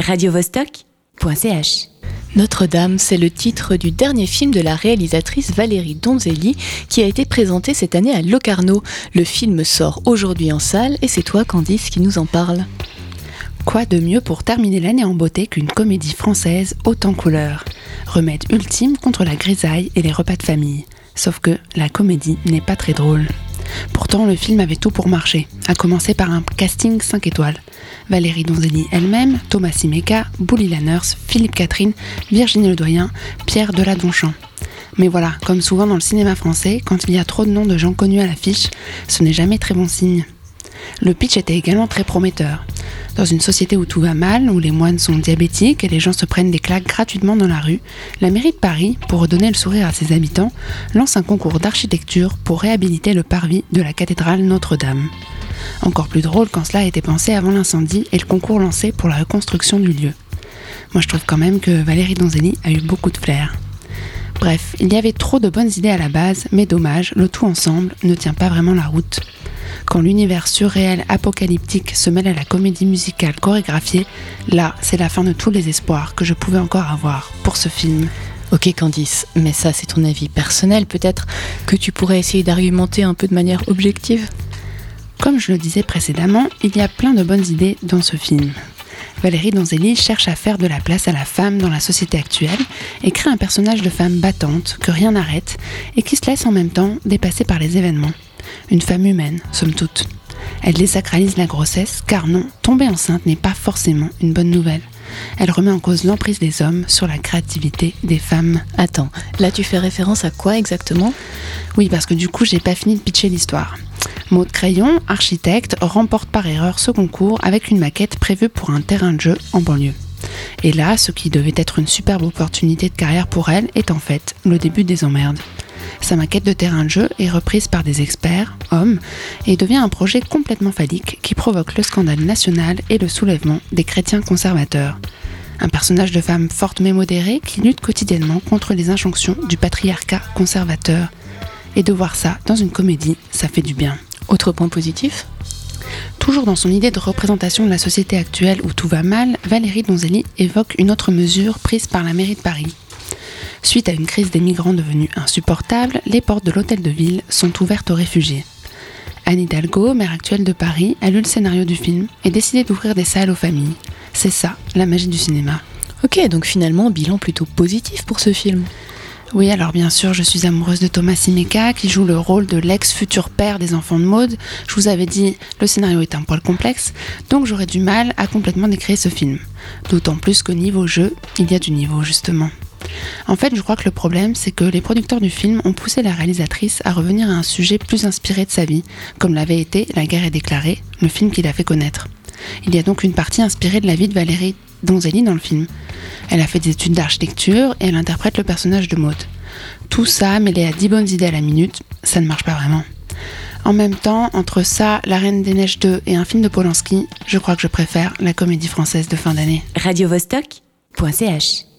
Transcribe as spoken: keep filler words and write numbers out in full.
radio vostok point c h. Notre-Dame, c'est le titre du dernier film de la réalisatrice Valérie Donzelli qui a été présenté cette année à Locarno. Le film sort aujourd'hui en salle et c'est toi, Candice, qui nous en parle. Quoi de mieux pour terminer l'année en beauté qu'une comédie française haute en couleurs ? Remède ultime contre la grisaille et les repas de famille. Sauf que la comédie n'est pas très drôle. Pourtant, le film avait tout pour marcher, à commencer par un casting cinq étoiles. Valérie Donzelli elle-même, Thomas Simeka, Bouli Lanners, Philippe Catherine, Virginie Ledoyen, Pierre Deladonchamp. Mais voilà, comme souvent dans le cinéma français, quand il y a trop de noms de gens connus à l'affiche, ce n'est jamais très bon signe. Le pitch était également très prometteur. Dans une société où tout va mal, où les moines sont diabétiques et les gens se prennent des claques gratuitement dans la rue, la mairie de Paris, pour redonner le sourire à ses habitants, lance un concours d'architecture pour réhabiliter le parvis de la cathédrale Notre-Dame. Encore plus drôle quand cela a été pensé avant l'incendie et le concours lancé pour la reconstruction du lieu. Moi je trouve quand même que Valérie Donzelli a eu beaucoup de flair. Bref, il y avait trop de bonnes idées à la base, mais dommage, le tout ensemble ne tient pas vraiment la route. Quand l'univers surréel apocalyptique se mêle à la comédie musicale chorégraphiée, là, c'est la fin de tous les espoirs que je pouvais encore avoir pour ce film. Ok Candice, mais ça c'est ton avis personnel, peut-être que tu pourrais essayer d'argumenter un peu de manière objective ? Comme je le disais précédemment, il y a plein de bonnes idées dans ce film. Valérie Donzelli cherche à faire de la place à la femme dans la société actuelle et crée un personnage de femme battante, que rien n'arrête, et qui se laisse en même temps dépasser par les événements. Une femme humaine, somme toute. Elle désacralise la grossesse, car non, tomber enceinte n'est pas forcément une bonne nouvelle. Elle remet en cause l'emprise des hommes sur la créativité des femmes. Attends, là tu fais référence à quoi exactement ? Oui, parce que du coup, j'ai pas fini de pitcher l'histoire. Maude Crayon, architecte, remporte par erreur ce concours avec une maquette prévue pour un terrain de jeu en banlieue. Et là, ce qui devait être une superbe opportunité de carrière pour elle est en fait le début des emmerdes. Sa maquette de terrain de jeu est reprise par des experts, hommes, et devient un projet complètement phallique qui provoque le scandale national et le soulèvement des chrétiens conservateurs. Un personnage de femme forte mais modérée qui lutte quotidiennement contre les injonctions du patriarcat conservateur. Et de voir ça dans une comédie, ça fait du bien. Autre point positif ? Toujours dans son idée de représentation de la société actuelle où tout va mal, Valérie Donzelli évoque une autre mesure prise par la mairie de Paris. Suite à une crise des migrants devenue insupportable, les portes de l'hôtel de ville sont ouvertes aux réfugiés. Anne Hidalgo, maire actuelle de Paris, a lu le scénario du film et décidé d'ouvrir des salles aux familles. C'est ça, la magie du cinéma. Ok, donc finalement, bilan plutôt positif pour ce film. Oui, alors bien sûr, je suis amoureuse de Thomas Simeka, qui joue le rôle de l'ex-futur père des enfants de Maude. Je vous avais dit, le scénario est un poil complexe, donc j'aurais du mal à complètement décrire ce film. D'autant plus qu'au niveau jeu, il y a du niveau, justement. En fait, je crois que le problème, c'est que les producteurs du film ont poussé la réalisatrice à revenir à un sujet plus inspiré de sa vie, comme l'avait été La guerre est déclarée, le film qui l'a fait connaître. Il y a donc une partie inspirée de la vie de Valérie Donzelli dans le film. Elle a fait des études d'architecture et elle interprète le personnage de Maude. Tout ça, mêlé à dix bonnes idées à la minute, ça ne marche pas vraiment. En même temps, entre ça, La Reine des Neiges deux et un film de Polanski, je crois que je préfère la comédie française de fin d'année. radio vostok point c h